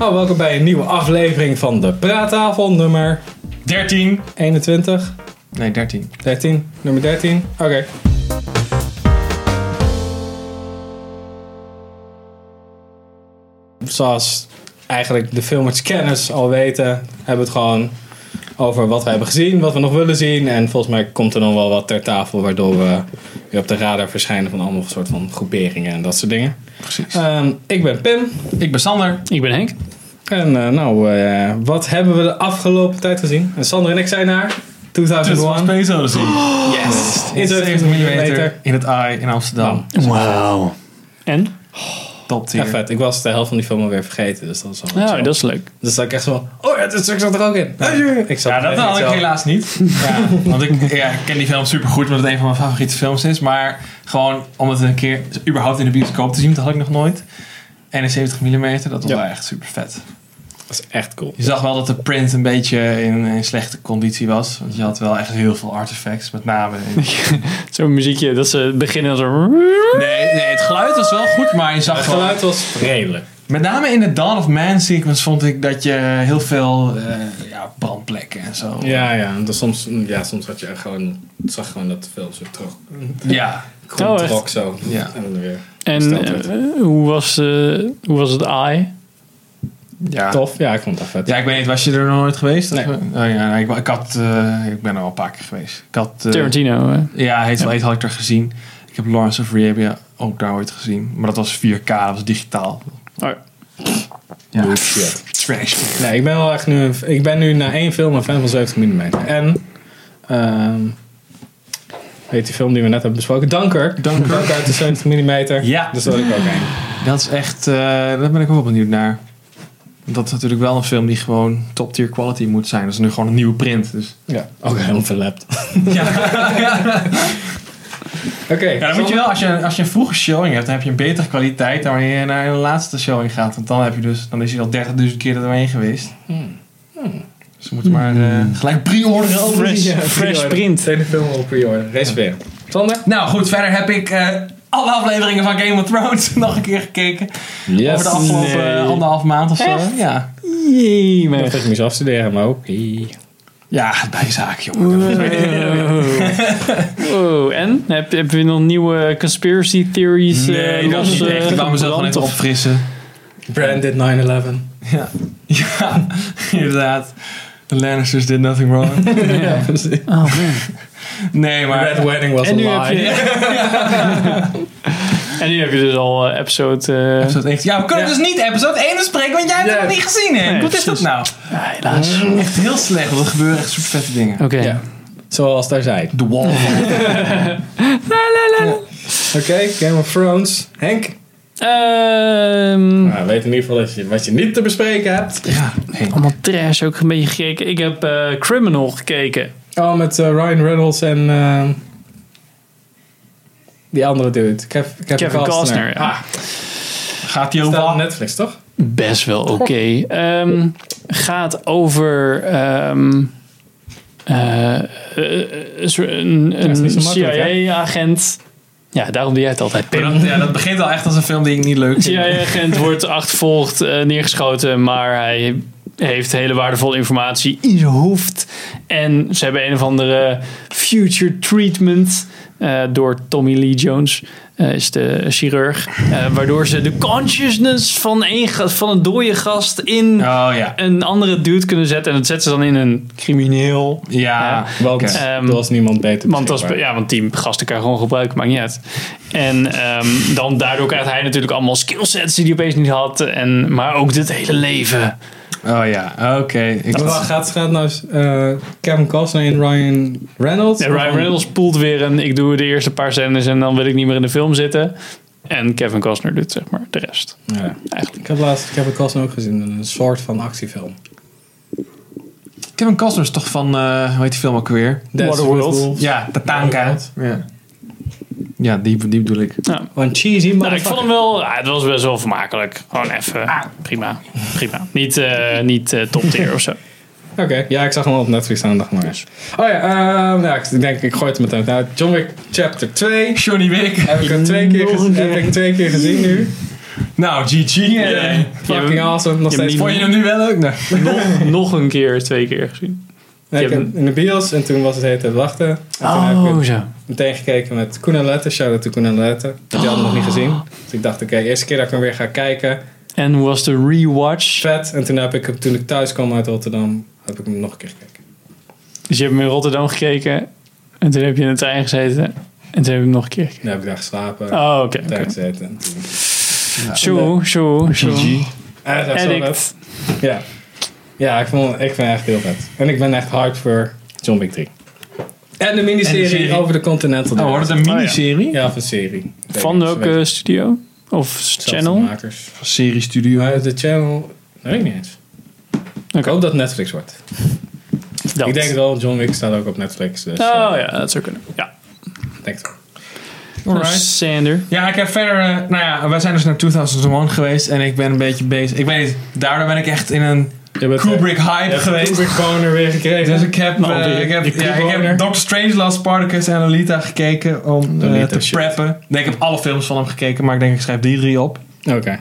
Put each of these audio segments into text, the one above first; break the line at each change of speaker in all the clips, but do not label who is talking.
Oh, welkom bij een nieuwe aflevering van de Praattafel, nummer
13.
21.
Nee, 13.
13, nummer 13. Oké. Zoals eigenlijk de filmers al weten, hebben we het gewoon over wat we hebben gezien, wat we nog willen zien. En volgens mij komt er dan wel wat ter tafel, waardoor we weer op de radar verschijnen van allemaal soort van groeperingen en dat soort dingen.
Precies.
Ik ben Pim.
Ik ben Sander.
Ik ben Henk.
En wat hebben we de afgelopen tijd gezien? En Sander en ik zijn naar 2001.
Space Odyssey.
Yes!
In 70 mm in het AI in Amsterdam.
Wauw. En?
Top tier.
Ja, vet. Ik was de helft van die film alweer vergeten, dus dat is wel chill.
Dat is leuk.
Dus dat ik echt zo van, oh ja, dit stuk zat er ook in. Ik zat
Ja, dat had ik helaas niet. Want ik ken die film super goed, omdat het een van mijn favoriete films is. Maar gewoon om het een keer überhaupt in de bioscoop te zien, dat had ik nog nooit. En in 70 mm, dat was wel echt super vet.
Dat is echt cool.
Je zag wel dat de print een beetje in slechte conditie was. Want je had wel echt heel veel artifacts, met name.
Zo'n muziekje, dat ze beginnen zo...
Nee, het geluid was wel goed, maar je zag
Het geluid was redelijk.
Met name in de Dawn of Man sequence vond ik dat je heel veel brandplekken en zo.
Ja, dus soms had je gewoon, zag gewoon dat de film zo terug.
Ja.
Gewoon
echt?
trok zo.
Ja.
En dan weer
En
gesteld werd.
hoe was het AI?
Ja.
Tof. Ja, ik vond dat vet.
Ja, ik weet niet, was je er nog nooit geweest?
Nee.
Ik ben er al een paar keer geweest. Ik had,
Tarantino, hè?
Ja, Hateful Eight had ik er gezien. Ik heb Lawrence of Arabia ook daar ooit gezien. Maar dat was 4K, dat was digitaal.
Oh.
Ja.
Good shit.
Trash.
Nee, ik ben wel echt ik ben nu na één film een fan van 70 mm. En weet die film die we net hebben besproken? Dunkirk uit de 70 mm.
Ja.
Dus dat ik ook één.
Dat is echt, daar ben ik ook wel benieuwd naar. Dat is natuurlijk wel een film die gewoon top tier quality moet zijn. Dat is nu gewoon een nieuwe print. Dus.
Ja, ook helemaal verlept.
Ja.
Oké.
Ja, dan moet je wel, als je een vroege showing hebt, dan heb je een betere kwaliteit dan wanneer je naar een laatste showing gaat. Want dan is hij al 30.000 keer er doorheen geweest. Dus je moet maar gelijk pre-orderen.
Fresh print.
Tweede film op pre-order. Reserveren. Sander?
Nou goed, verder heb ik alle afleveringen van Game of Thrones nog een keer gekeken.
Yes.
Over de afgelopen 1,5 maand of zo.
Echt?
Ja.
Jee,
Ik dacht dat ik moest afstuderen, maar ook.
Ja, bijzaak, jongen.
Wow. En? Heb je nog nieuwe conspiracy theories?
Nee, dat is niet echt. Ik wou mezelf gewoon even opfrissen.
Branded 9/11.
Ja, inderdaad. The Lannisters did nothing wrong.
Ja, precies.
Oh man.
Nee, maar...
Red Wedding was
En nu
a lie.
En nu heb je dus al episode...
Episode 1. Ja, we kunnen dus niet episode 1 bespreken, want jij hebt het nog niet gezien, hè?
Nee,
Wat is dat
precies.
nou?
Ja, helaas.
Echt heel slecht, want er gebeuren echt super vette dingen.
Oké.
Ja. Zoals daar zei.
The Wall.
Oké, Game of Thrones. Henk? Weet in ieder geval wat je niet te bespreken hebt.
Ja, nee.
Allemaal trash ook een beetje gekeken. Ik heb Criminal gekeken.
Oh, met Ryan Reynolds en die andere dude. Kevin
Costner. Ja.
Ah. Gaat hij
Staat op
over...
Netflix, toch?
Best wel oké. Gaat over een CIA-agent. Ja, daarom doe jij het altijd, Pim.
Dat begint al echt als een film die ik niet leuk
Een
vind.
CIA-agent wordt achtervolgd, neergeschoten, maar hij heeft hele waardevolle informatie in zijn hoofd. En ze hebben een of andere future treatment door Tommy Lee Jones, is de chirurg. Waardoor ze de consciousness van een dode gast in een andere dude kunnen zetten. En dat zetten ze dan in een crimineel.
Ja,
Want er was niemand beter.
Want die gasten kan gewoon gebruiken, maakt niet uit. En dan daardoor krijgt hij natuurlijk allemaal skillsets die hij opeens niet had. Maar ook dit hele leven.
Oh ja, oké.
Gaat nou Kevin Costner in Ryan Reynolds?
Ja, Ryan Reynolds poelt weer ik doe de eerste paar scènes en dan wil ik niet meer in de film zitten. En Kevin Costner doet zeg maar de rest.
Ja.
Eigenlijk.
Ik heb laatst Kevin Costner ook gezien. Een soort van actiefilm.
Kevin Costner is toch van, hoe heet die film ook weer?
Waterworld.
Ja, Tatanka. Ja, die bedoel ik.
Ja.
Een cheesy
Nou, ik vond hem wel, het was best wel vermakelijk. Gewoon even, prima. Niet top tier of zo.
Oké, ja, ik zag hem al op Netflix staan en dacht maar eens. Oh ja, ik denk ik gooi het meteen uit. John Wick Chapter 2.
Johnny Wick.
Heb ik 2 keer gezien nu.
Nou, GG.
Fucking awesome. Nog
je
steeds.
hebt
Vond je hem nu wel leuk? Nee.
nog een keer, 2 keer gezien.
Nee, ik
je
heb
hebt
in de bios en toen was het de hele tijd wachten. En toen heb ik het
zo.
meteen gekeken met Koen en Lette. Shout-out to Koen en Lette. Die hadden nog niet gezien. Dus ik dacht, oké, eerste keer dat ik hem weer ga kijken.
En hoe was de rewatch?
Vet. En toen heb ik hem, toen ik thuis kwam uit Rotterdam, heb ik hem nog een keer gekeken.
Dus je hebt hem in Rotterdam gekeken. En toen heb je in de trein gezeten. En toen heb je hem nog een keer gekeken.
Toen heb ik daar geslapen.
Oh, oké.
Daar gezeten. En toen...
Zo.
GG.
dat is zo
Addict.
vet. Ja. Ja, ik vind het echt heel vet. En ik ben echt hard voor John Wick 3. En de miniserie
En de serie.
over de Continental
Oh, wordt het een miniserie?
Ja, of een serie.
Van welke studio? Of channel?
Makers.
Serie-studio.
Maar de channel... weet ik niet eens. Ik hoop dat Netflix wordt.
Dat.
Ik denk wel, John Wick staat ook op Netflix. Dus,
Oh ja, dat zou kunnen. Ja.
denk het wel.
Alright.
Sander.
Ja, ik heb verder... nou ja, wij zijn dus naar 2001 geweest. En ik ben een beetje bezig. Ik weet niet, daardoor ben ik echt in een Kubrick-hype geweest.
Kubrick-boner weer gekregen.
Dus ik heb,
Nou,
ik heb Doctor Strangelove, Spartacus en Lolita gekeken om
Lolita
te
shit.
preppen. Nee, ik heb alle films van hem gekeken, maar ik denk ik schrijf die 3 op.
Oké.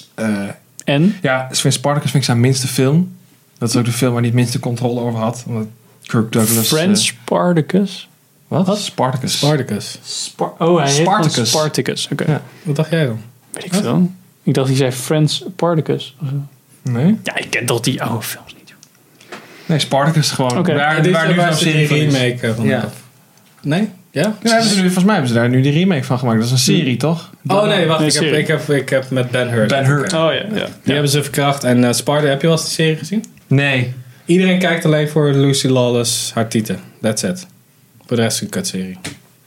En?
Ja, Spartacus vind ik zijn minste film. Dat is ook de film waar hij het minste controle over had. Omdat Kirk Douglas...
Friends Spartacus?
Wat? Spartacus.
Spartacus.
Oh, hij
Spartacus.
heet Spartacus. Oké.
Ja.
Wat dacht jij dan?
Weet ik veel. Ik dacht, die zei Friends Spartacus. of zo.
Nee?
Ja, ik ken toch die oude films niet. Joh.
Nee, Spartacus gewoon.
Oké.
Waar
Dit
nu
is
zo'n serie van is.
remake van.
Ja.
Nee? Ja?
Volgens mij hebben ze daar nu die remake van gemaakt. Dat is een serie, toch?
Oh nee, wacht.
Nee,
Ik heb met Ben Hur.
Ben Hur.
Oh ja.
Die hebben ze verkracht. En Sparta, heb je wel eens de serie gezien?
Nee.
Iedereen kijkt alleen voor Lucy Lawless, haar tieten. That's it. Voor de rest is een kutserie.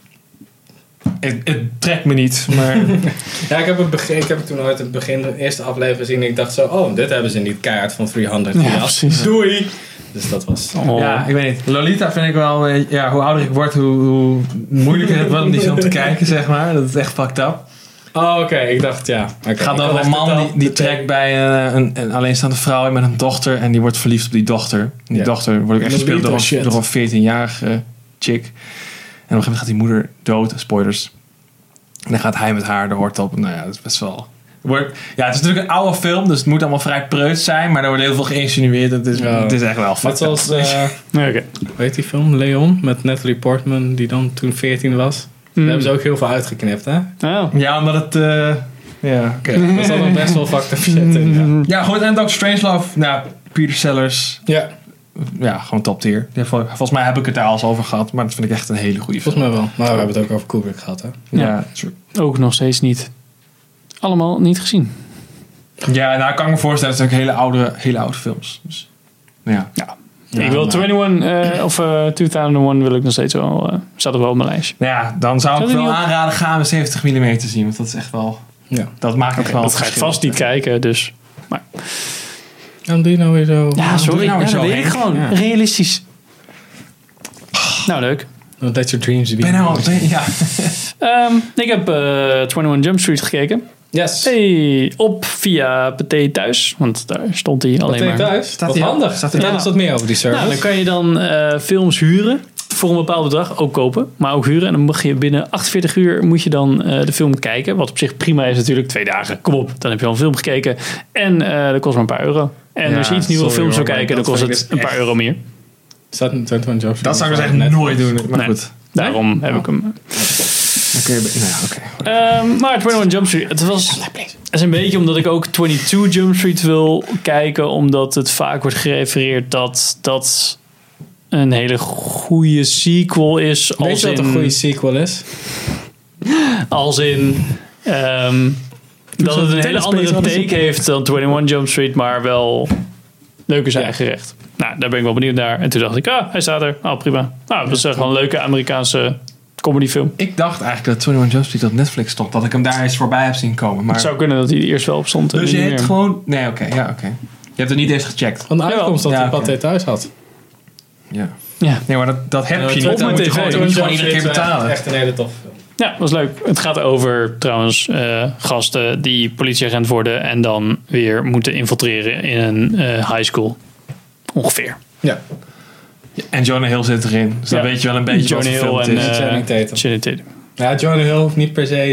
Het trekt me niet, maar...
Ja, ik heb het toen ooit het begin, de eerste aflevering gezien. En ik dacht zo, oh, dit hebben ze niet keihard van 300
Ja,
gejat.
precies.
Doei! Dus dat was...
Oh.
Ja, ik weet niet. Lolita vind ik wel... ja, hoe ouder ik word, hoe moeilijker het wordt om die film te kijken, zeg maar. Dat is echt fucked up.
Oh, oké. Ik dacht, ja. Okay.
Het gaat over een man die trekt bij een alleenstaande vrouw met een dochter. En die wordt verliefd op die dochter. En die dochter wordt ook echt gespeeld door een 14-jarige chick. En op een gegeven moment gaat die moeder dood. Spoilers. En dan gaat hij met haar de hort op. Nou ja, dat is best wel... Ja, het is natuurlijk een oude film, dus het moet allemaal vrij preuts zijn. Maar er wordt heel veel geïnsinueerd. Het is echt wel
Net
fucked
zoals,
Oké.
weet die film? Leon, met Natalie Portman, die dan toen 14 was. Daar hebben ze ook heel veel uitgeknipt, hè?
Oh.
Ja, omdat het... ja,
Oké. Dat is allemaal best wel fucked up shit in,
ja, goed. En Doctor Strangelove. Nou, Peter Sellers.
ja.
Ja, gewoon top tier. Volgens mij heb ik het daar al eens over gehad. Maar dat vind ik echt een hele goede film.
Volgens mij wel. Maar we hebben het ook over Kubrick gehad, hè?
Ja, true.
Ook nog steeds niet. Allemaal niet gezien.
Ja, nou, ik kan me voorstellen. Het zijn ook hele oude films. Dus, ja.
Ik wil 2001 wil ik nog steeds wel. Staat er wel op mijn lijstje.
Nou ja, dan zou
Zat
ik
er
wel
niet op?
aanraden, ga met 70 mm zien. Want dat is echt wel...
Ja.
Dat maakt echt wel
Dat ga ik vast niet kijken, dus. Maar.
Dan doe je nou weer zo...
Ja, sorry.
nou
Ja,
zo,
dat weet ik
Henk?
gewoon.
Ja.
Realistisch. Nou, leuk.
Don't let your dreams be...
Ben nou... Ja.
Ik heb 21 Jump Street gekeken.
Yes.
Hey, op via Pathé Thuis. Want daar stond hij alleen maar.
thuis?
Staat
Wat
hij-
handig.
staat hij-
Vertel eens wat meer over die service.
Nou, dan kan je dan films huren. Voor een bepaald bedrag. Ook kopen. Maar ook huren. En dan mag je binnen 48 uur moet je dan de film kijken. Wat op zich prima is natuurlijk. 2 dagen. Kom op. Dan heb je al een film gekeken. En dat kost maar een paar euro. En
Ja,
als je iets nieuwe
sorry,
films wil
hoor, maar
kijken. Dan
dat
kost
vind
het
ik
een
dus
paar
echt-
euro meer.
Staat een 21 Jump
Dat zou ik dus echt
net
nooit doen. Maar
Nee.
goed.
Daarom heb ik hem.
Dan kun je... Nou, oké.
Maar 21 Jump Street. Het is een beetje omdat ik ook 22 Jump Street wil kijken. Omdat het vaak wordt gerefereerd dat een hele goede sequel is.
Weet je wat een goede sequel is?
Als in dat het een hele andere take heeft dan 21 Jump Street, maar wel leuk is eigen gerecht. Nou, daar ben ik wel benieuwd naar. En toen dacht ik, hij staat er. Oh, prima. Nou, dat is gewoon een leuke Amerikaanse comedyfilm.
Ik dacht eigenlijk dat 21 Jump Street op Netflix stond. Dat ik hem daar eens voorbij heb zien komen. Maar...
Het zou kunnen dat hij er eerst wel op stond. en
Dus
nu
je
niet
hebt
meer.
gewoon... Nee, oké. Ja, oké. Je hebt het niet eens gecheckt.
Van de uitkomst dat
Ja,
hij
oké.
Pathé thuis had.
Ja.
Ja.
Nee, maar dat heb je niet.
op
Dan
met
moet je
tv.
gewoon, dan moet je gewoon iedere keer betalen.
Echt een hele toffe film.
Ja, dat was leuk. Het gaat over trouwens gasten die politieagent worden en dan weer moeten infiltreren in een high school. Ongeveer.
Ja.
En Jonah Hill zit erin. Dus dan
Ja.
weet je wel een beetje
Jonah
wat voor
Hill
film het
en
is.
Channing Tatum.
Channing Tatum.
Ja, Jonah Hill hoeft niet per se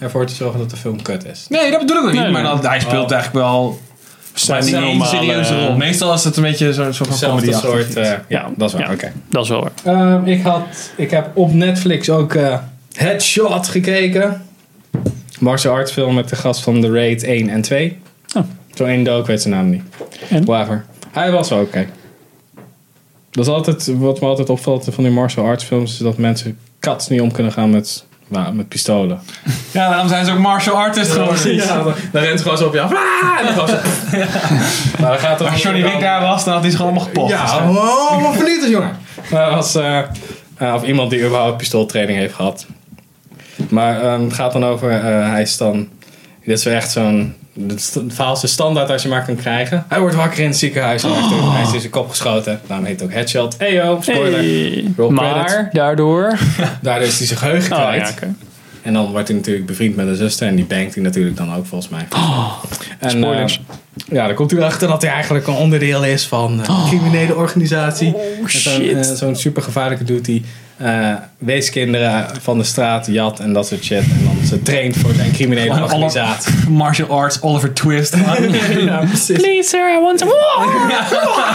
ervoor te zorgen dat de film kut is.
Nee, dat bedoel ik ook niet.
Nee,
maar
nee.
hij speelt eigenlijk wel...
Zijn
niet een
normale-
serieuze rol. Meestal is het een beetje zo'n soort van comedy
soort... ja, dat is waar.
Ja.
Oké.
Dat is wel waar.
Ik heb op Netflix ook Headshot gekeken. Martial arts film met de gast van The Raid 1 en 2.
Oh.
Zo één dook, ik weet zijn naam niet.
En?
Whatever. Hij was wel oké. Dat is altijd, wat me altijd opvalt van die martial arts films, is dat mensen kats niet om kunnen gaan met pistolen.
Ja, daarom zijn ze ook martial artist geworden.
Ja, dan rent ze gewoon zo op je af. Ah! En dan gaan ze... Maar dan gaat er
Als Johnny Wick daar was, dan had hij ze gewoon allemaal gepot.
Ja, wat vernietigd, jongen. Of iemand die überhaupt pistooltraining heeft gehad. Maar het gaat dan over, hij is dan... Dit is wel echt zo'n... Het vaalste standaard als je maar kan krijgen. Hij wordt wakker in het ziekenhuis. Hij is in zijn kop geschoten. Daarom heet het ook Headshot. Eyo, spoiler.
Hey.
Roll
Maar
credits.
daardoor...
Daardoor is hij zijn geheugen kwijt.
ja, oké.
En dan wordt hij natuurlijk bevriend met een zuster. En die bankt hij natuurlijk dan ook volgens mij. En,
Spoilers.
ja, dan komt hij erachter dat hij eigenlijk een onderdeel is van een criminele organisatie.
Oh, shit.
Zo'n super gevaarlijke dude die weeskinderen van de straat jat en dat soort shit. En dan ze traint voor zijn criminele
Alle-
organisatie.
Martial arts, Oliver Twist.
Ja, precies.
Please sir, I want some more.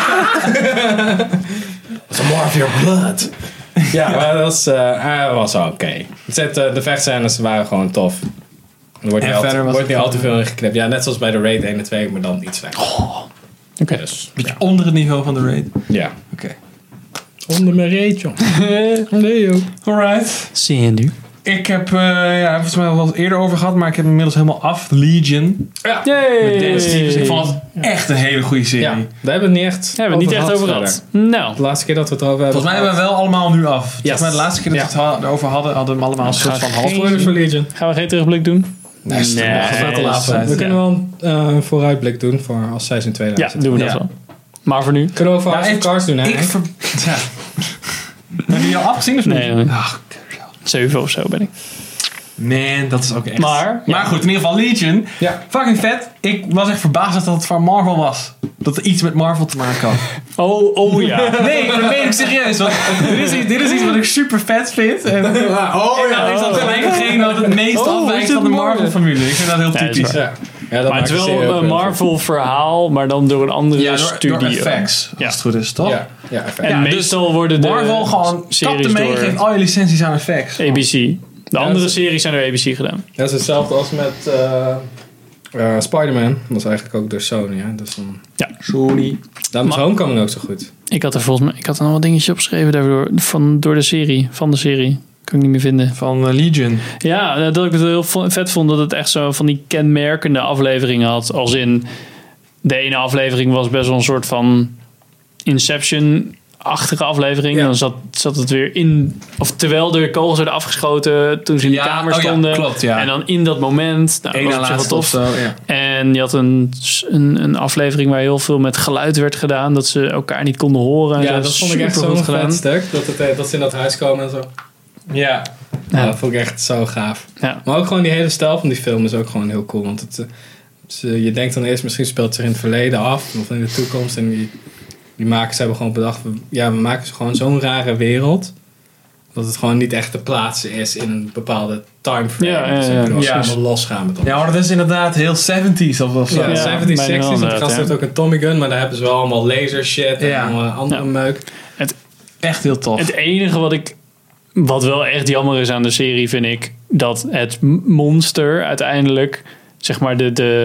Some more of your blood. Ja, maar dat was wel oké. De vechtscènes waren gewoon tof. Er wordt
En
niet,
verder was
wordt
het
niet al te veel in geknipt. Ja, net zoals bij de Raid 1 en 2, maar dan iets slechter.
Oké.
Dus,
Beetje onder het niveau van de raid.
ja.
Oké.
Onder mijn reet, joh. Nee, joh.
Alright.
Zie je nu?
Ik heb, volgens mij wel eens eerder over gehad, maar ik heb hem inmiddels helemaal af. Legion.
Ja.
Met Dennis Stevens. Ik vond het echt een hele goede serie.
Ja, daar hebben we het niet echt
Daar hebben we het niet echt over
verder.
gehad. Nou.
De laatste keer dat we het over hebben
Volgens mij hebben we wel allemaal nu af. Volgens mij de laatste keer dat we het erover hadden we hem allemaal een soort van half.
Spoilers voor Legion.
Gaan we geen terugblik doen?
Nee, is
Nee.
toch
Te laat.
tijd.
We kunnen wel een vooruitblik doen voor als seizoen 2
Ja, doen we dat
Ja.
wel. Maar voor nu?
Kunnen we voor
Ja,
House of Cards doen, hè?
Ja. Heb je die al afgezien of niet?
Nee, nee.
Ach,
7 of zo ben ik.
man, dat is ook echt...
Maar
goed, in ieder geval Legion.
Ja.
Fucking vet. Ik was echt verbaasd dat het van Marvel was. Dat er iets met Marvel te maken had.
Oh ja.
Nee, dat meen ik serieus. Want dit is iets wat ik super vet vind. En dan is dat gelijk hetgeen dat het meest
Oh,
afwijkt
is dit
van de
mooi?
Marvel-formule. Ik vind dat heel
Ja, dat is
typisch.
waar.
Ja, dat
Maar het is
maakt de
wel
serie ook
een
heel
Marvel verhaal, maar dan door een andere
Ja, door
studio.
effects. Als
Ja.
het goed is, toch?
tof. Ja, effect.
En
Ja,
meestal worden de
Marvel gewoon kap
series
ermee,
door
geeft al je licenties aan effects.
ABC. De andere
dat is-
series zijn door ABC gedaan.
Dat is hetzelfde als met Spider-Man. Dat is eigenlijk ook door Sony, hè? Dus dan...
Sony.
Daarom is
Maar-
Homecoming ook zo goed.
Ik had er volgens mij nog wat dingetjes opgeschreven daardoor door de serie, van de serie. Kan ik niet meer vinden.
Van Legion.
Ja, dat ik het heel vet vond dat het echt zo van die kenmerkende afleveringen had. Als in, de ene aflevering was best wel een soort van Inception-achtige aflevering.
Ja.
Dan zat het weer in, of terwijl de kogels werden afgeschoten toen ze in de kamer stonden.
klopt, ja.
En dan in dat moment, nou, dat
Eén
was
na
op zich wel
laatste
tof.
of zo, ja.
En je had een aflevering waar heel veel met geluid werd gedaan. Dat ze elkaar niet konden horen. En
Ja,
zo.
dat vond ik echt
Supergoed
zo'n vet stuk. Dat ze in dat huis komen en zo.
Ja.
Ja, dat vond ik echt zo gaaf.
Ja.
Maar ook gewoon die hele stijl van die film is ook gewoon heel cool. Want je denkt dan eerst misschien speelt het zich in het verleden af. Of in de toekomst. En die makers hebben gewoon bedacht. We maken gewoon zo'n rare wereld. Dat het gewoon niet echt te plaatsen is in een bepaalde timeframe.
Ja,
Dus
ja,
je
ja,
kunt
precies.
helemaal losgaan met dat.
Ja, maar dat is inderdaad heel 70s of zo.
Ja,
Ja,
70s,
bijna
60s.
wel,
Want de
inderdaad,
gast
ja.
heeft ook een Tommy gun. Maar daar hebben ze wel allemaal laser shit. En
Ja.
allemaal andere
Ja.
meuk.
Echt heel tof.
Het enige wat wel echt jammer is aan de serie, vind ik, dat het monster uiteindelijk, zeg maar,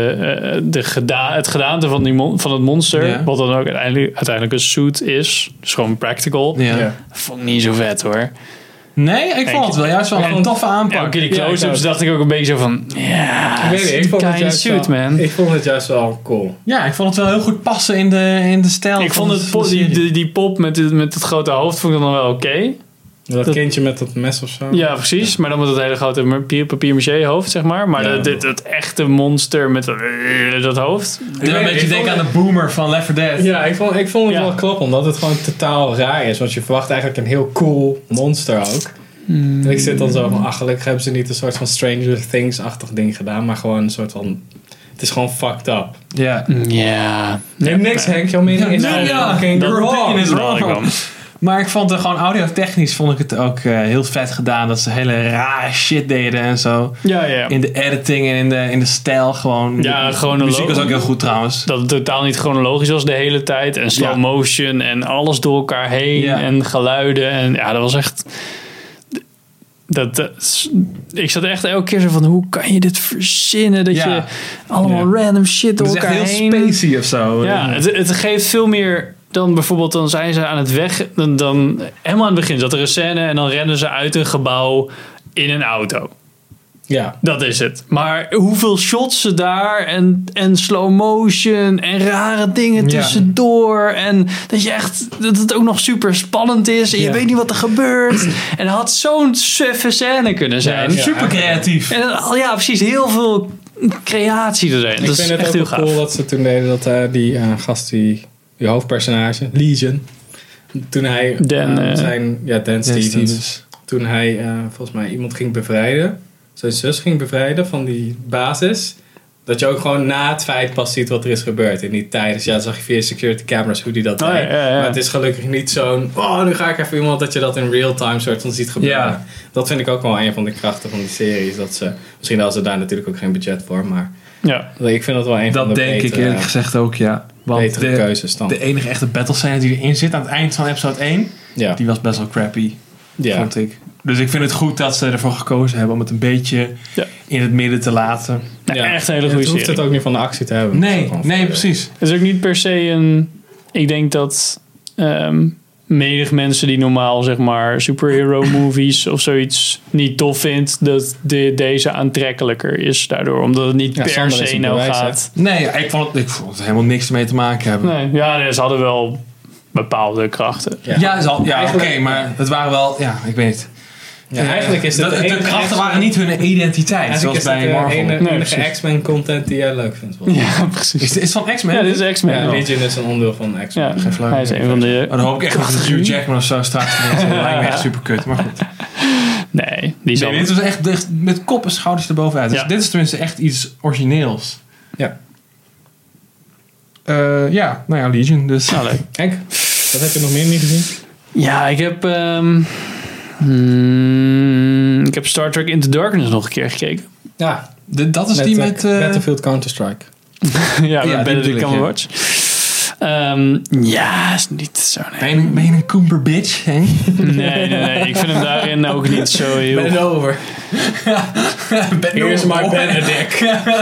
het gedaante van het monster,
Ja.
wat dan ook uiteindelijk een suit is, dus gewoon practical,
Ja.
Ja.
vond ik niet zo vet hoor.
Nee, ik vond het wel juist wel een toffe aanpak.
Ja, ook in die
Ja,
close-ups
ik
dacht ik ook een beetje zo van, ja,
Ik weet niet, ik vond het
kinda
juist
suit,
wel,
man.
Ik vond het juist wel cool.
Ja, ik vond het wel heel goed passen in de stijl.
Ik
van
vond
de serie.
die pop met het grote hoofd vond ik dan wel oké.
Dat
Dat-
kindje met dat mes of zo.
Ja, precies. Maar dan met dat hele grote papier-maché hoofd, zeg maar. Maar
Ja.
dat echte monster met dat hoofd.
Ik doe een
Nee,
beetje
ik
denken
vond-
aan de boomer van Left 4 Dead.
Ja, ik vond het
Ja.
wel kloppen, omdat het gewoon totaal raar is. Want je verwacht eigenlijk een heel cool monster ook. En ik zit dan zo van, ach, gelukkig hebben ze niet een soort van Stranger Things-achtig ding gedaan. Maar gewoon een soort van, het is gewoon fucked up.
Ja.
Ja.
Neem niks, Henk. Jouw mening is
Ja,
gewoon
ja.
fucking
Dat
wrong.
betekent is
Nou,
wrong.
ik wel.
Maar ik vond het gewoon audiotechnisch vond ik het ook heel vet gedaan. Dat ze hele rare shit deden en zo.
Ja.
In de editing en in de stijl gewoon.
Ja,
de muziek was ook heel goed trouwens.
Dat het totaal niet chronologisch was de hele tijd. En slow motion en alles door elkaar heen.
Ja.
En geluiden. En ja, dat was echt... ik zat echt elke keer zo van... Hoe kan je dit verzinnen? Dat je allemaal random shit door elkaar heen...
Het is echt heel spacey of zo.
Ja, het geeft veel meer... Dan bijvoorbeeld, dan zijn ze aan het weg... Dan helemaal aan het begin zat er een scène... En dan rennen ze uit een gebouw in een auto.
Ja.
Dat is het. Maar hoeveel shots ze daar en slow motion en rare dingen tussendoor. En dat het ook nog super spannend is. En je weet niet wat er gebeurt. En het had zo'n suffe scène kunnen zijn.
Ja, super creatief.
En ja, precies. Heel veel creatie erin.
Ik vind het ook wel cool dat ze toen deden dat die gast, die hoofdpersonage, Legion. Toen hij Dan Stevens. Toen hij volgens mij iemand ging bevrijden. Zijn zus ging bevrijden van die basis. Dat je ook gewoon na het feit pas ziet wat er is gebeurd. En niet tijdens, dan zag je via security cameras hoe die dat deed. Maar het is gelukkig niet zo'n... nu ga ik even iemand dat je dat in real time soort van ziet gebeuren. Ja. Dat vind ik ook wel een van de krachten van die series. Dat ze, misschien hadden ze daar natuurlijk ook geen budget voor. Maar ik vind dat wel een van de betere...
Dat denk ik eerlijk gezegd ook, ja. Want
betere keuzes dan.
De enige echte battle scène die erin zit aan het eind van episode 1... Die was best wel crappy, vond ik. Dus ik vind het goed dat ze ervoor gekozen hebben om het een beetje in het midden te laten.
Ja, echt een hele goede serie.
Je hoeft het ook niet van de actie te hebben.
Nee, precies.
Het is ook niet per se een... Ik denk dat menig mensen die normaal zeg maar superhero movies of zoiets niet tof vindt, dat deze aantrekkelijker is daardoor. Omdat het niet per se nou gaat.
Nee, ik vond het helemaal niks mee te maken hebben.
Nee, ze hadden wel bepaalde krachten.
Oké, maar het waren wel... Ja, ik weet het.
Ja, eigenlijk is het
de krachten waren niet hun identiteit, zoals bij Marvel.
De enige X-Men content die jij leuk vindt.
Ja, precies.
Is het van X-Men?
Ja, dit is X-Men.
Ja, Legion is een onderdeel van X-Men.
Ja, hij is een van de...
Dan hoop ik echt dat Hugh Jackman of zo straks. Dat lijkt me echt super kut, maar goed.
Nee,
dit was echt met kop en schouders erbovenuit. Dus dit is tenminste echt iets origineels.
Ja.
Legion. Dus.
Nou, leuk.
Henk, wat heb je nog meer niet gezien?
Ja, ik heb Star Trek Into Darkness nog een keer gekeken.
Ja,
dat is die met...
Battlefield Counter-Strike.
met Benedict Cumberbatch. Is niet zo...
Nee. Ben je een Cumberbitch, Henk?
Nee. Ik vind hem daarin ook niet zo heel...
Ben over. Here's my Benedict.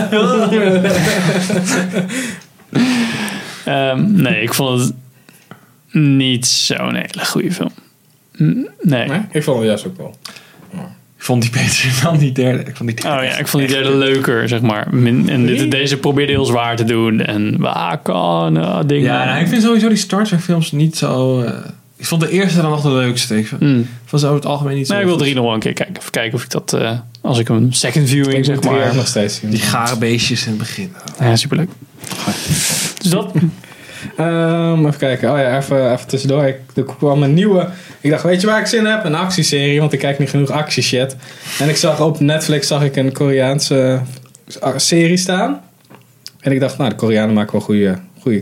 Nee, ik vond het niet zo'n hele goede film. Nee?
Ik vond het juist ook wel.
Ik vond die beter dan die derde. Ik
vond die derde leuker, zeg maar. En deze probeerde heel zwaar te doen. En dingen.
Ja, ik vind sowieso die Star Trek films niet zo... ik vond de eerste dan nog de leukste. Van zo het algemeen niet zo...
ik wil 3 nog wel een keer kijken. Even kijken of ik dat... als ik een second viewing, zeg maar...
nog steeds zien.
Die gare beestjes in het begin.
Ja, superleuk. Dus dat...
even kijken. Even tussendoor. Er kwam een nieuwe... Ik dacht, weet je waar ik zin heb? Een actieserie, want ik kijk niet genoeg actieshit. En ik zag op Netflix een Koreaanse serie staan. En ik dacht, de Koreanen maken wel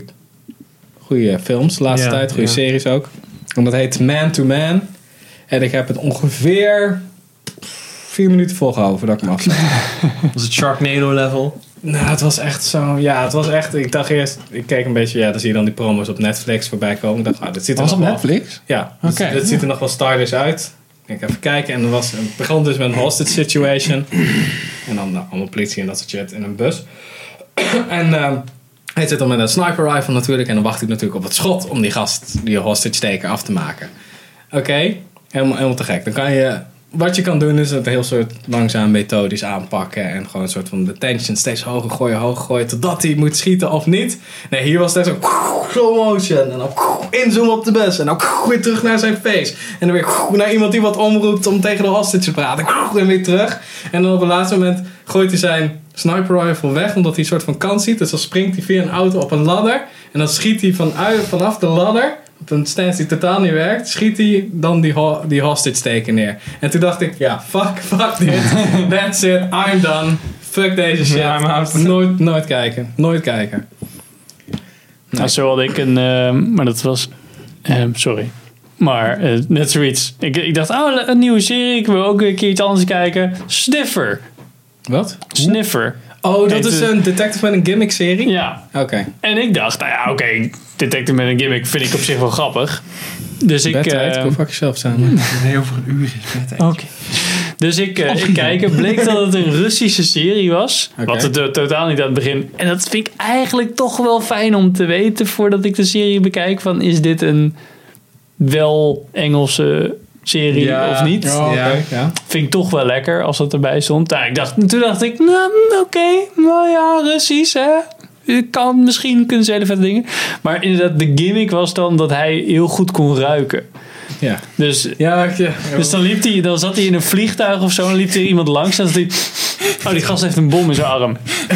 goede films de laatste tijd. Goede series ook. En dat heet Man to Man. En ik heb het ongeveer 4 minuten volgehouden voordat ik hem afzet.
Was het Sharknado level?
Nou, het was echt zo... Ja, het was echt... Ik dacht eerst... Ik keek een beetje... Ja, dan zie je dan die promos op Netflix voorbij komen. Ik dacht, dit ziet er nog
op
wel...
Netflix?
Ja. Dit ziet er nog wel stylish uit. Ik even kijken. En het begon dus met een hostage situation. En dan allemaal politie en dat soort shit in een bus. En hij zit dan met een sniper rifle natuurlijk. En dan wacht hij natuurlijk op het schot om die gast, die hostage taker, af te maken. Oké. Helemaal te gek. Dan kan je... Wat je kan doen is het heel soort langzaam methodisch aanpakken. En gewoon een soort van de tension steeds hoger gooien. Totdat hij moet schieten of niet. Nee, hier was het echt zo slow motion. En dan inzoomen op de bus. En dan weer terug naar zijn face. En dan weer naar iemand die wat omroept om tegen de hostage te praten. En weer terug. En dan op een laatste moment gooit hij zijn sniper rifle weg. Omdat hij een soort van kans ziet. Dus dan springt hij via een auto op een ladder. En dan schiet hij vanaf de ladder... Op een stance die totaal niet werkt, schiet hij dan die hostage taker neer. En toen dacht ik, fuck dit. That's it, I'm done. Fuck deze shit.
I'm out.
Nooit kijken. Nooit kijken.
Nee. Zo had ik maar dat was... sorry. Maar net zoiets. Ik dacht, een nieuwe serie. Ik wil ook een keer iets anders kijken. Sniffer.
Wat?
Sniffer.
Oh, dat is een detective met een gimmick serie?
Ja.
Oké.
En ik dacht, detective met een gimmick vind ik op zich wel grappig. Dus ik...
Bedtijd, kom fuck jezelf samen.
Nee, over een uur is bedtijd.
Oké. Dus ik kijk. Het bleek dat het een Russische serie was.
Oké.
Wat het totaal niet aan het begin. En dat vind ik eigenlijk toch wel fijn om te weten voordat ik de serie bekijk. Van is dit een wel Engelse serie of niet?
Oh, okay. Ja.
Vind ik toch wel lekker als dat erbij stond. Nou, toen dacht ik, oké, nou ja, Russisch hè. Misschien kunnen ze hele vette dingen. Maar inderdaad, de gimmick was dan dat hij heel goed kon ruiken.
Ja.
Dus
Dus
dan zat hij in een vliegtuig of zo en liep er iemand langs en zat hij... Oh, die gast heeft een bom in zijn arm.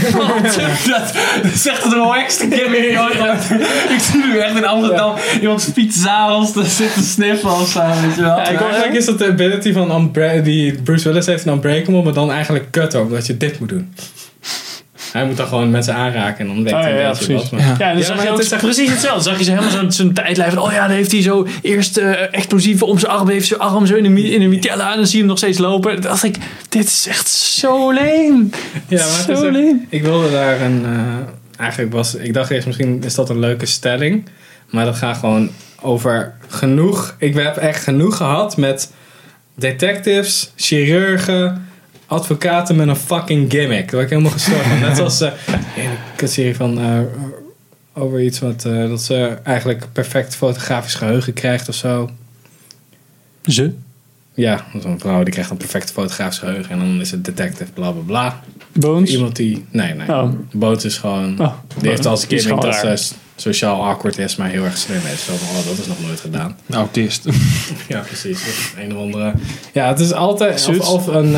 dat is echt een waxte gimmick. Ik zie nu echt in Amsterdam iemand fietsavonds te zitten sniffen of zo, weet je wel.
Ja, eigenlijk is dat de ability van die Bruce Willis heeft een Unbreakable, maar dan eigenlijk kut ook, dat je dit moet doen. Hij moet dan gewoon mensen aanraken en dan weet hij een beetje wat. Maar...
Ja, en dan zag je ook precies hetzelfde. Dan zag je ze helemaal zo'n tijdlijf van, dan heeft hij zo eerst explosieven om zijn arm, heeft zijn arm zo in een mitella en dan zie je hem nog steeds lopen. Dan dacht ik, dit is echt zo leem.
Ja, maar zo leem. Ik wilde daar ik dacht eerst misschien is dat een leuke stelling, maar dat gaat gewoon over genoeg. Ik heb echt genoeg gehad met detectives, chirurgen, advocaten met een fucking gimmick. Daar word ik helemaal gestoord van. Net zoals een serie van over iets dat ze eigenlijk perfect fotografisch geheugen krijgt of zo.
Ze?
Ja, zo'n vrouw die krijgt een perfect fotografisch geheugen en dan is het detective bla bla bla.
Bones?
Iemand die... Nee.
Oh.
Bones is gewoon... die heeft als gimmick dat ze sociaal awkward is, maar heel erg slim is. Zo van, dat is nog nooit gedaan.
Autist.
Ja, precies. Een of andere... Ja, het is altijd... Of een...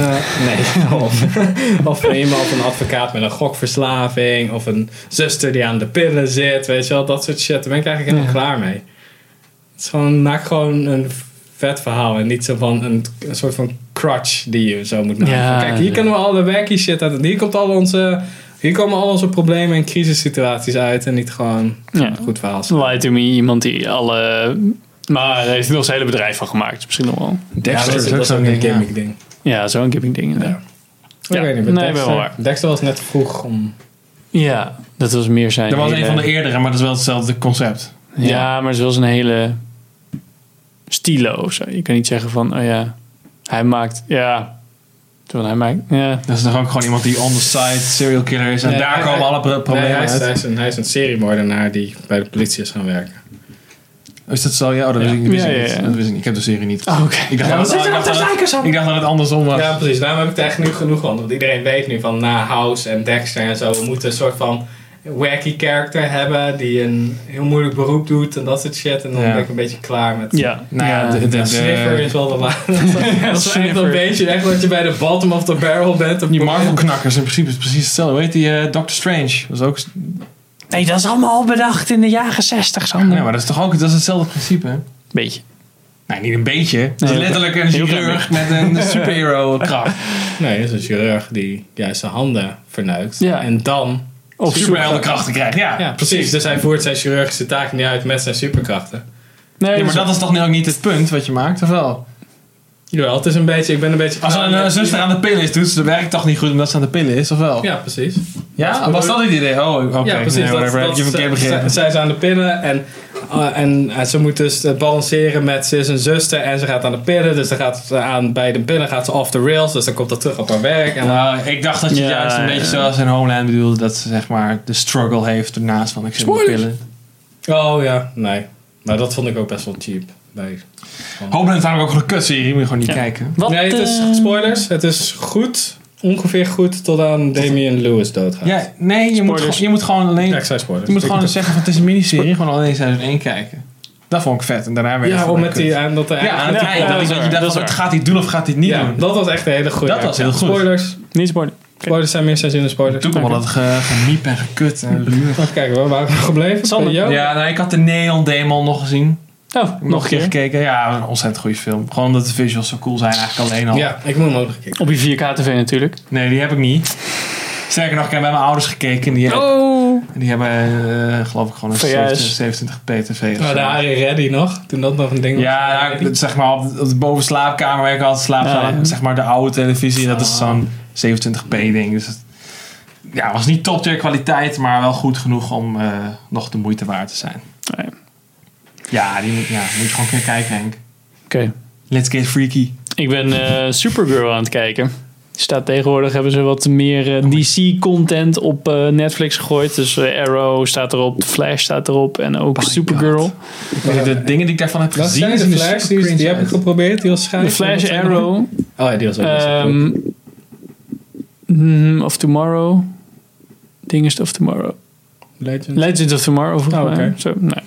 of iemand of een advocaat met een gokverslaving. Of een zuster die aan de pillen zit. Weet je wel, dat soort shit. Daar ben ik eigenlijk helemaal klaar mee. Het is gewoon... Maak gewoon een vet verhaal. En niet zo van een soort van crutch die je zo moet maken. Ja, kijk, hier kunnen we alle wacky shit uit. Hier komen al onze problemen en crisissituaties uit. En niet gewoon een goed verhaal.
Lie to me, iemand die alle... Maar hij heeft er nog zijn hele bedrijf van gemaakt. Misschien nog wel.
Dexter dat is ook zo'n gimmick ding.
Ja, zo'n gimmick ding.
Ja. Ik weet niet, Dexter was net vroeg om...
Ja, dat was meer zijn...
Dat was een van de eerdere, maar dat is wel hetzelfde concept.
Ja, maar het was een hele... stilo of zo. Je kan niet zeggen van... hij maakt...
Dat is toch ook gewoon iemand die on the side serial killer is. En daar komen alle problemen uit.
Hij is een seriemoordenaar die bij de politie is gaan werken.
Is dat zo? Ja, dat wist ik niet. Dat wist ik niet. Ik heb de serie niet.
Oh, oké.
Ik dacht dat het andersom was.
Ja, precies. Daarom heb ik het echt nu genoeg van. Want iedereen weet nu van na House en Dexter en zo. We moeten een soort van wacky character hebben die een heel moeilijk beroep doet en dat soort shit. En dan ben ik een beetje klaar met...
Ja.
De Sniffer is wel de laatste. Dat is echt een beetje echt dat je bij de bottom of the barrel bent.
Die Marvel-knakkers in principe is precies hetzelfde. Weet die Doctor Strange? Dat is ook...
Nee, dat is allemaal al bedacht in de jaren 60.
Ja, maar dat is toch ook hetzelfde principe?
Beetje.
Nee, niet een beetje. Het is letterlijk een chirurg met een superhero kracht.
Nee, het is een chirurg die juist zijn handen verneukt. Ja. En dan...
Of superheldenkrachten krijgt,
ja, precies. Dus hij voert zijn chirurgische taak niet uit met zijn superkrachten.
Nee, maar dat is toch nu ook niet het punt wat je maakt, of wel?
Jawel, het is een beetje... Ik ben een beetje...
Als een zuster aan de pillen is, doet ze de werk toch niet goed omdat ze aan de pillen is, of wel?
Ja, precies.
Ja? Was dat het idee? Oh, oké.
Ja, precies. Zij is aan de pillen en ze moet dus balanceren met... Ze is een zuster en ze gaat aan de pillen. Dus dan gaat ze bij de pillen gaat ze off the rails. Dus dan komt dat terug op haar werk. En
ik dacht dat je juist een beetje zoals in Homeland bedoelde. Dat ze zeg maar de struggle heeft ernaast van ik zit aan de pillen.
Oh ja, nee. Maar dat vond ik ook best wel cheap.
Homeland is namelijk ook een kutserie. Moet je gewoon niet kijken.
Nee, het is spoilers. Het is goed. Ongeveer goed tot aan Damian Lewis doodgaat.
Ja, nee, je moet gewoon alleen...
Ja, ik zei spoilers.
Je moet gewoon zeggen van het is een miniserie. Gewoon alleen seizoen 1 kijken. Dat vond ik vet. En daarna weer...
Ja, met die... En dat
je dacht van gaat hij het doen of gaat hij het niet doen.
Dat was echt een hele goede...
Dat was heel goed.
Spoilers.
Niet spoilers.
Spoilers zijn meer seizoenen spoilers.
Toen kwam al dat gemiep en gekut en luur.
Even kijken, waar waren we gebleven?
Sander.
Ja, ik had de Neon Demon nog gezien.
Oh, nog een keer
gekeken. Ja, een ontzettend goede film. Gewoon omdat de visuals zo cool zijn eigenlijk alleen al.
Ja, ik moet hem ook nog gekeken.
Op je 4K-tv natuurlijk.
Nee, die heb ik niet. Sterker nog, ik heb bij mijn ouders gekeken. Die
Arrow?
Die hebben geloof ik gewoon een
VS.
27p tv.
Maar daar Ready nog, toen dat nog een ding was.
Ja, zeg maar op de boven slaapkamer waar ik altijd slaap, zeg maar de oude televisie. Dat is zo'n 27p ding. Dus het was niet top tier kwaliteit, maar wel goed genoeg om nog de moeite waard te zijn.
Nee.
Ja, die moet je gewoon een keer kijken, Henk.
Oké.
Let's get freaky.
Ik ben Supergirl aan het kijken. Staat tegenwoordig hebben ze wat meer DC-content op Netflix gegooid. Dus Arrow staat erop, The Flash staat erop en ook Supergirl.
De dingen die ik daarvan heb
Wat
gezien...
zijn de Flash? Die heb ik geprobeerd. Die was
The
schijf.
Flash, Arrow.
Oh ja, die was ook
Of Tomorrow. Dingest of Tomorrow. Legends of Tomorrow, volgens mij.
oké.
Zo, nee.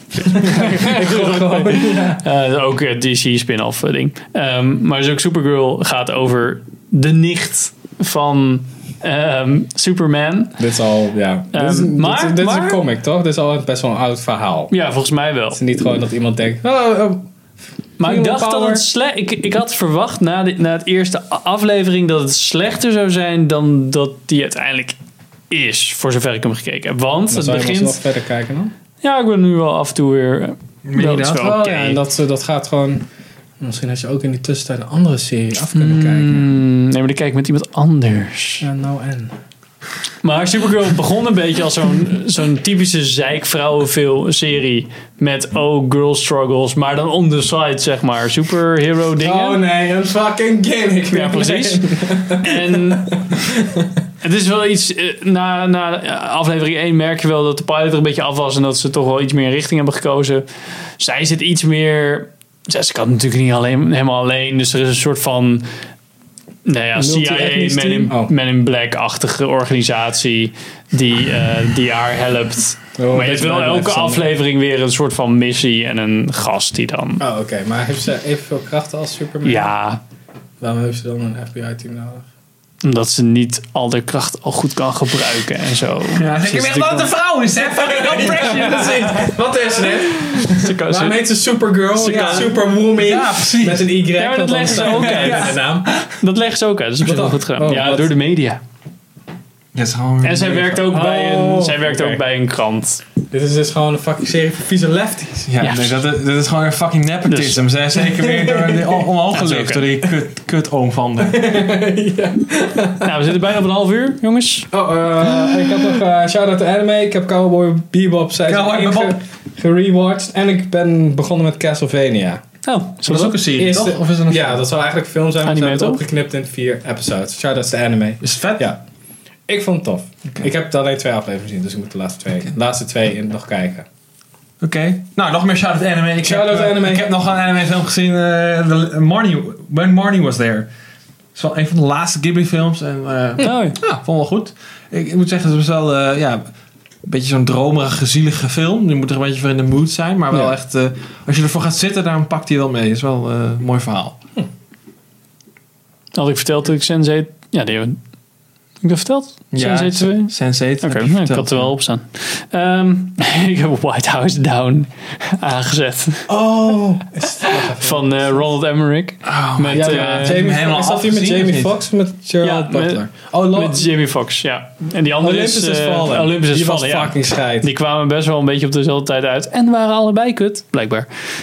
Ook DC spin-off ding. Maar dus ook Supergirl gaat over de nicht van Superman.
Dit is al, ja. Dit is een comic, toch? Dit is al best wel een oud verhaal.
Ja, volgens mij wel.
Het is niet gewoon dat iemand denkt...
Maar ik dacht dat het ik had verwacht na het eerste aflevering dat het slechter zou zijn dan dat die uiteindelijk is, voor zover ik hem gekeken heb. Want het begint...
nog verder kijken dan?
Ja, ik ben nu wel af en toe weer...
Dat is wel oké. En dat gaat gewoon... Misschien had je ook in die tussentijd een andere serie af kunnen kijken.
Nee, maar die kijk ik met iemand anders.
Ja, nou en...
Maar Supergirl begon een beetje als zo'n typische zeikvrouwenserie met girl struggles, maar dan on the side, zeg maar, superhero dingen.
Oh nee, een fucking gimmick.
Ja, precies. En het is wel iets, na aflevering 1 merk je wel dat de pilot er een beetje af was en dat ze toch wel iets meer in richting hebben gekozen. Zij zit iets meer... Ze kan natuurlijk niet helemaal alleen, dus er is een soort van... CIA, Men in Black-achtige organisatie die haar helpt. Maar je hebt wel elke aflevering weer een soort van missie en een gast die dan...
Oh, oké. Maar heeft ze evenveel krachten als Superman?
Ja.
Waarom heeft ze dan een FBI-team nodig?
Omdat ze niet al de kracht al goed kan gebruiken en zo.
Ja, ik heb echt dat de vrouw is, hè? Fucking oppression.
Wat is dit? Waarom heet ze Supergirl? Superwoman. Ja, precies. Met een Y.
Ja, maar dat leggen ze ook uit. Dat leggen ze ook uit. Dat is op zich wel goed gedaan. Ja, door de media. En zij werkt ook bij een krant.
Dit is dus gewoon een fucking serie voor vieze lefties.
Ja, nee, dat is gewoon een fucking nepotism. Ze zijn zeker weer omhoog gelicht door die kut-oom van de.
Ja. Nou, we zitten bijna op een half uur, jongens.
Ik heb nog shout-out to anime. Ik heb Cowboy Bebop gerewatcht. En ik ben begonnen met Castlevania.
Oh,
dat is ook een serie, toch? Of is het een
ja, dat zou eigenlijk een film zijn. Maar ze hebben het opgeknipt in 4 episodes. Shout-out to anime.
Is het vet?
Ja. Ik vond het tof. Okay. Ik heb alleen 2 afleveringen gezien, dus ik moet de laatste twee nog kijken.
Oké. Nou, nog meer shout-out anime.
Anime.
Ik heb nog een anime film gezien. When Marnie Was There. Het is wel een van de laatste Ghibli films. En, vond wel goed. Ik moet zeggen, het is wel een beetje zo'n dromerige, zielige film. Je moet er een beetje voor in de mood zijn. Maar wel echt, als je ervoor gaat zitten, dan pakt hij wel mee. Het is wel een mooi verhaal.
Had ik verteld dat ik Sensei... Ja, die hebben... Heb ik dat verteld?
Ja, Sense8.
Oké, ik had er wel op staan. Ik heb White House Down aangezet.
Oh.
Van Ronald Emmerich.
Met Jamie Foxx. Met Jamie Foxx met Gerald Butler.
Met Jamie Foxx, ja. En die andere
Olympus is Fallen.
Olympus is Fallen,
was fucking scheid.
Die kwamen best wel een beetje op dezelfde tijd uit. En waren allebei kut, blijkbaar.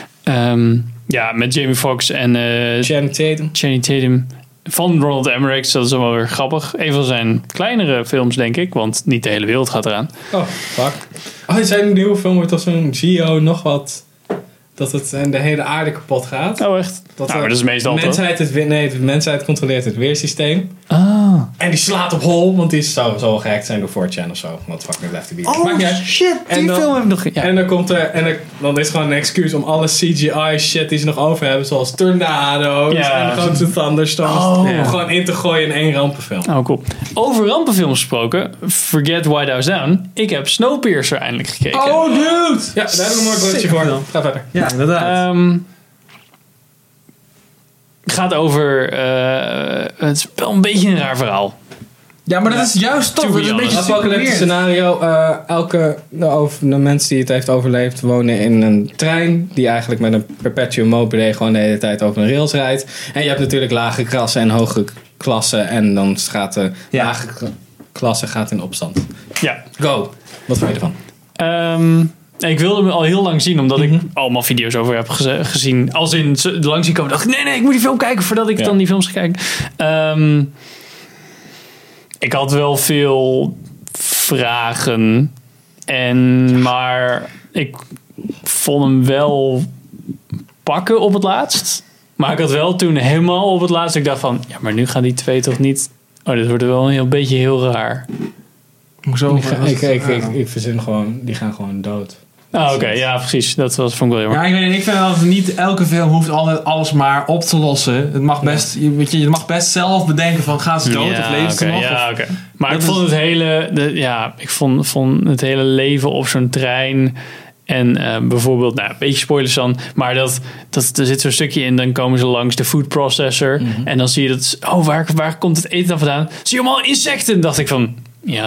Met Jamie Foxx en Channing Tatum. Van Ronald Emmerich, dat is wel weer grappig. Een van zijn kleinere films, denk ik. Want niet de hele wereld gaat eraan.
Oh, fuck. Zijn nieuwe film wordt toch zo'n Geo nog wat... Dat het de hele aarde kapot gaat.
Oh, echt? Maar dat is meestal
de mensheid controleert het weersysteem.
Ah.
En die slaat op hol, want die zou gehackt zijn door 4chan of zo. Wat fucking left to be.
Oh, shit. Die film heb ik nog... Ja.
En dan komt er... dan is gewoon een excuus om alle CGI shit die ze nog over hebben. Zoals tornado's en grote thunderstorms. Om gewoon in te gooien in 1 rampenfilm.
Oh, cool. Over rampenfilms gesproken. Forget White House Down. Ik heb Snowpiercer eindelijk gekeken.
Oh, dude!
Ja, daar heb ik een mooi broodje voor. Ga verder.
Ja, inderdaad.
Het gaat over... het is wel een beetje een raar verhaal.
Ja, maar dat is juist tof. Het is een beetje
een apocalyptisch scenario. De mensen die het heeft overleefd wonen in een trein die eigenlijk met een perpetuum mobile gewoon de hele tijd over een rails rijdt. En je hebt natuurlijk lage klassen en hoge klassen. En dan gaat de lage klasse gaat in opstand.
Ja.
Go! Wat vond je ervan?
Ik wilde hem al heel lang zien, omdat ik allemaal video's over heb gezien. Als in langs zien komen, dacht ik, nee, ik moet die film kijken voordat ik dan die films ga kijken. Ik had wel veel vragen, maar ik vond hem wel pakken op het laatst. Maar ik had wel toen helemaal op het laatst, ik dacht van, ja, maar nu gaan die twee toch niet... Oh, dit wordt wel een beetje heel raar.
Hoezo?
Ik verzin gewoon, die gaan gewoon dood.
Oké, ja, precies. Dat vond ik wel jammer.
Ja, ik vind dat niet elke film hoeft altijd alles maar op te lossen. Het mag best, je mag best zelf bedenken van, gaan ze dood of leven ze nog?
Ja, oké. Maar ik vond het hele, ik vond het hele leven op zo'n trein. En bijvoorbeeld, een beetje spoilers dan, maar er zit zo'n stukje in, dan komen ze langs de food processor. En dan zie je dat, waar komt het eten dan vandaan? Zie je allemaal insecten? Dacht ik van,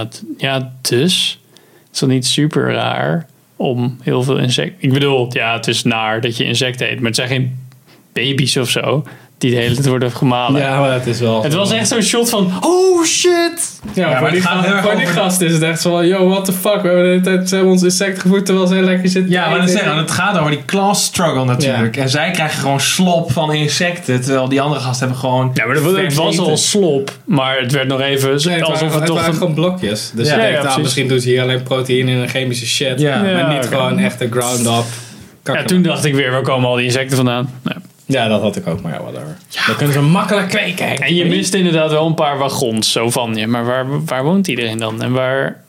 dus. Het is dan niet super raar om heel veel insecten. Ik bedoel, het is naar dat je insecten eet, maar het zijn geen baby's of zo die de hele tijd worden gemalen.
Ja, maar het is wel...
Het was echt zo'n shot van, oh shit!
Ja, maar voor die gast is het echt zo van, yo, what the fuck? We hebben de hele tijd, ze hebben ons insecten gevoed terwijl ze heel lekker zitten.
Ja, maar het gaat over die class struggle natuurlijk. Ja. En zij krijgen gewoon slop van insecten, terwijl die andere gasten hebben gewoon...
Ja, maar het was al slop, maar het werd nog even...
Het waren gewoon blokjes. Dus je denkt, misschien doen ze hier alleen proteïne en chemische shit. Ja. Maar niet gewoon echt een ground-up.
Ja, toen dacht ik weer, waar komen al die insecten vandaan?
Ja, dat had ik ook, maar whatever. Dan kunnen ze makkelijk kweken.
En je mist inderdaad wel een paar wagons. Zo van, maar waar woont iedereen dan? En waar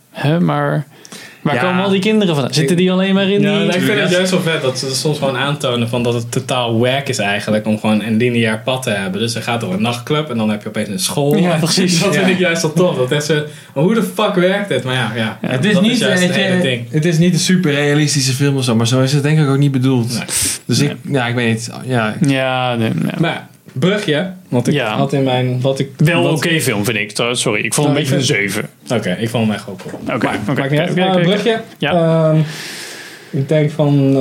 komen al die kinderen vandaan? Zitten die alleen maar in die...
Ik vind het juist wel vet dat ze soms gewoon aantonen van dat het totaal wack is eigenlijk om gewoon een lineair pad te hebben. Dus je gaat door een nachtclub en dan heb je opeens een school.
Ja, precies.
Dat vind ik juist wel tof. Dat is zo, hoe de fuck werkt dit? Maar
het is niet het is niet een super realistische film of zo, maar zo is het denk ik ook niet bedoeld. Nee. Dus ik weet niet.
Maar brugje, want ik had in mijn...
Wel oké film, vind ik. Sorry, ik vond hem een beetje een 7.
Oké, ik vond hem echt ook cool.
Oké.
Brugje. Ja. Ik denk van...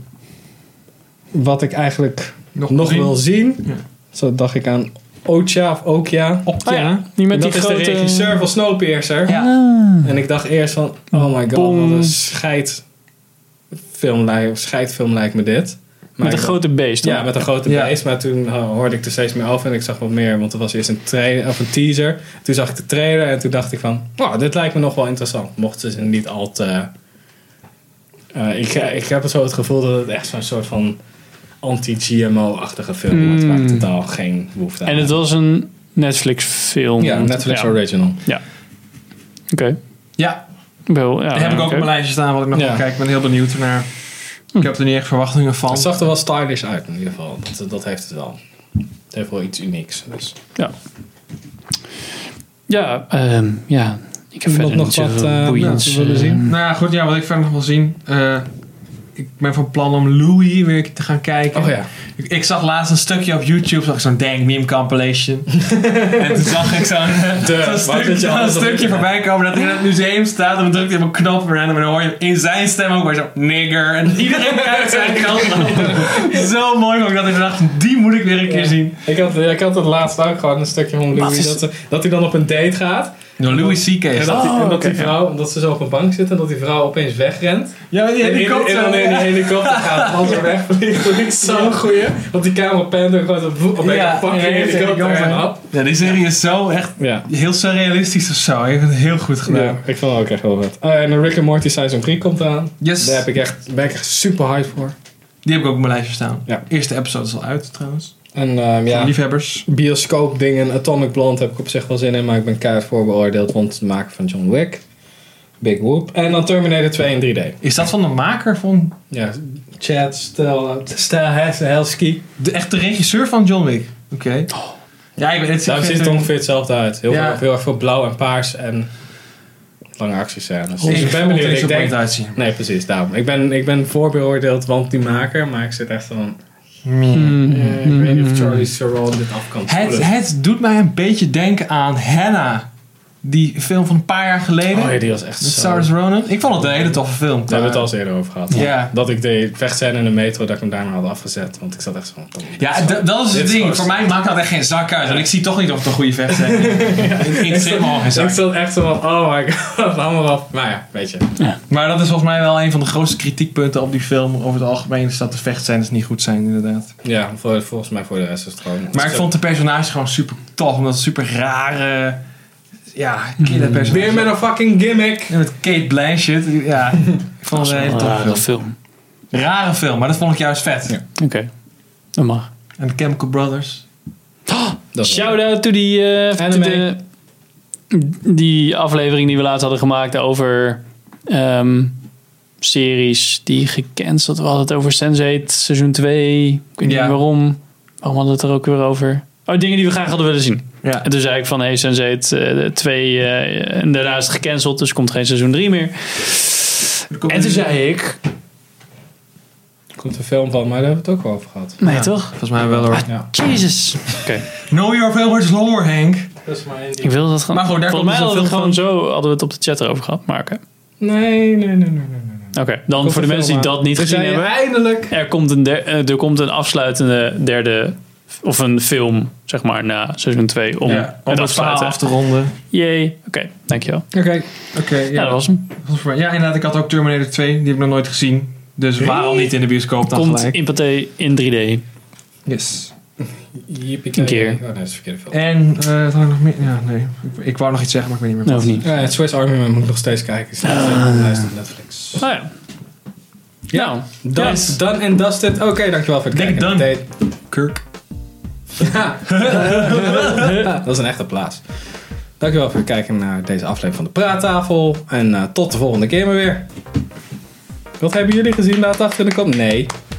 wat ik eigenlijk nog wil zien. Ja. Zo dacht ik aan Okja.
Die met
dat
die
is
grote...
de regisseur van Snowpiercer.
Ja.
En ik dacht eerst van... Oh my god, wat een scheidfilm lijkt me dit.
Met een grote beest.
Ja, met een grote beest. Maar toen hoorde ik er steeds meer over en ik zag wat meer. Want er was eerst een trailer of een teaser. Toen zag ik de trailer en toen dacht ik van... dit lijkt me nog wel interessant. Mochten ze niet al te... ik heb zo het gevoel dat het echt zo'n soort van anti-GMO-achtige film wordt. Waar ik totaal geen behoefte aan.
En het was een Netflix film.
Ja, Netflix original.
Ja. Oké.
Ja.
Wel,
daar heb ik ook op mijn lijstje staan wat ik nog wil kijken. Ik ben heel benieuwd naar. Ik heb er niet echt verwachtingen van.
Het zag er wel stylish uit in ieder geval. Dat heeft het wel. Het heeft wel iets unieks. Dus.
Ja. Ik heb verder
nog wat boeiends willen zien.
Nou goed, wat ik verder nog wil zien. Ik ben van plan om Louis weer te gaan kijken.
Oh ja.
Ik zag laatst een stukje op YouTube, zag ik zo'n dank meme compilation. En toen zag ik zo'n stukje voorbij komen dat hij in het museum staat en dan drukt hij op een knop random en dan hoor je in zijn stem ook weer zo nigger en iedereen kijkt zijn kant op. Zo mooi vond ik dat ik dacht, die moet ik weer een keer zien.
Ik had het laatst ook gewoon een stukje van Louis dat hij dan op een date gaat.
Louis C.K.
die vrouw, dat ze zo op een bank zitten en dat die vrouw opeens wegrent.
Ja, die helikopter.
En dan in die helikopter gaat en dan zo wegvliegt. Dat is zo'n goeie. Want die camera pent en gewoon op een fucking helikopter en op.
Ja, die serie is zo echt heel surrealistisch of zo. Ik heb het heel goed gedaan.
Ja, ik vond het ook echt wel vet. En Rick and Morty Seizoen 3 komt eraan.
Yes.
Daar ben ik echt super hyped voor.
Die heb ik ook op mijn lijstje staan.
Ja.
Eerste episode is al uit trouwens.
En
liefhebbers.
Bioscoop dingen. Atomic Blonde heb ik op zich wel zin in. Maar ik ben keihard voorbeoordeeld. Want het maken van John Wick. Big whoop. En dan Terminator 2 in 3D.
Is dat van de maker van...
Ja, Chad Stahelski.
De echte regisseur van John Wick. Oké.
Oh. Ja, ik weet het. Daar ziet het ongeveer hetzelfde uit. Heel erg veel blauw en paars en lange actiescènes. Dus ik ben benieuwd. Ik denk... Nee, precies. Daarom. Ik ben voorbeoordeeld, want die maker. Maar ik zit echt van... Ik weet niet of Charlie Theron dit af kan spoelen.
Het doet mij een beetje denken aan Hannah. Die film van een paar jaar geleden.
Oh ja, die was echt
Met
zo...
Saoirse Ronan. Ik vond het een hele toffe film.
Daar hebben we het al eens eerder over gehad.
Ja.
Dat ik de vechtscène in de metro, dat ik hem daar maar had afgezet. Want ik zat echt zo van...
Ja, dat is het
Dit
ding.
was-
Voor mij maakt dat echt geen zak uit. Want ik zie toch niet of het een goede vecht is. Ik zie helemaal geen
Ik
zak.
zat echt zo van, oh my god, hou maar af. Maar ja, weet je.
Maar dat is volgens mij wel een van de grootste kritiekpunten op die film. Over het algemeen is dat de vechtscènes niet goed zijn, inderdaad.
Ja, volgens mij voor de rest is het gewoon...
Maar ik vond de personage gewoon super tof. Omdat het super rare... Ja, killerpersonage.
Weer met een fucking gimmick.
En met Kate Blanchett. Ja, ik vond het een hele toffe film.
film.
Rare film, maar dat vond ik juist vet.
Ja.
Oké, dat mag.
En de Chemical Brothers.
Dat is wel-
Shout-out to die aflevering die we laatst hadden gemaakt over series die gecanceld. We hadden het over Sense8 seizoen 2. Ik weet niet
Ja.
meer waarom. Waarom hadden we het er ook weer over? Oh, dingen die we graag hadden willen zien.
Ja.
En toen zei ik van, hey, Sense8 2 en daarna is het gecanceld, dus er komt geen seizoen 3 meer. En toen zei ik...
Er komt een film van, maar daar hebben we het ook wel over gehad.
Nee,
Ja.
toch?
Volgens mij wel hoor.
Ja.
Jezus. Oké.
Know your favorite lore, Henk.
Dat is maar één
Ik wilde dat gewoon...
Maar goed, daar
volgens mij
komt dus
hadden we
een
het
film
gewoon zo... Hadden we het op de chat erover gehad, maar oké.
Nee.
Oké, dan voor de mensen die dat niet gezien hebben.
Eindelijk.
Er komt een afsluitende derde... Of een film, zeg maar, na seizoen 2. Om
Om
het
het
af te
verhaal
sluiten.
af te ronden.
Yay. Oké, dankjewel.
Oké,
Ja, dat was hem.
Ja, inderdaad. Ik had ook Terminator 2. Die heb ik nog nooit gezien. Dus waarom niet in de bioscoop dan
Komt
gelijk?
in Pathé in 3D.
Yes.
Een
keer.
Oh nee, dat is een verkeerde film.
En, wat had ik nog meer? Ja, nee. Ik wou nog iets zeggen, maar ik weet niet meer
Nee,
wat.
of niet?
Ja, het Swiss Army Man moet ik nog steeds kijken. Is lijst op Netflix.
Oh ja.
Ja,
Nou,
done and dusted. Oké, dankjewel voor het
Denk
kijken.
done. Kirk.
Dat is een echte plaats. Dankjewel voor het kijken naar deze aflevering van de Praattafel. En tot de volgende keer maar weer. Wat hebben jullie gezien? Laat achter in de comments. Nee.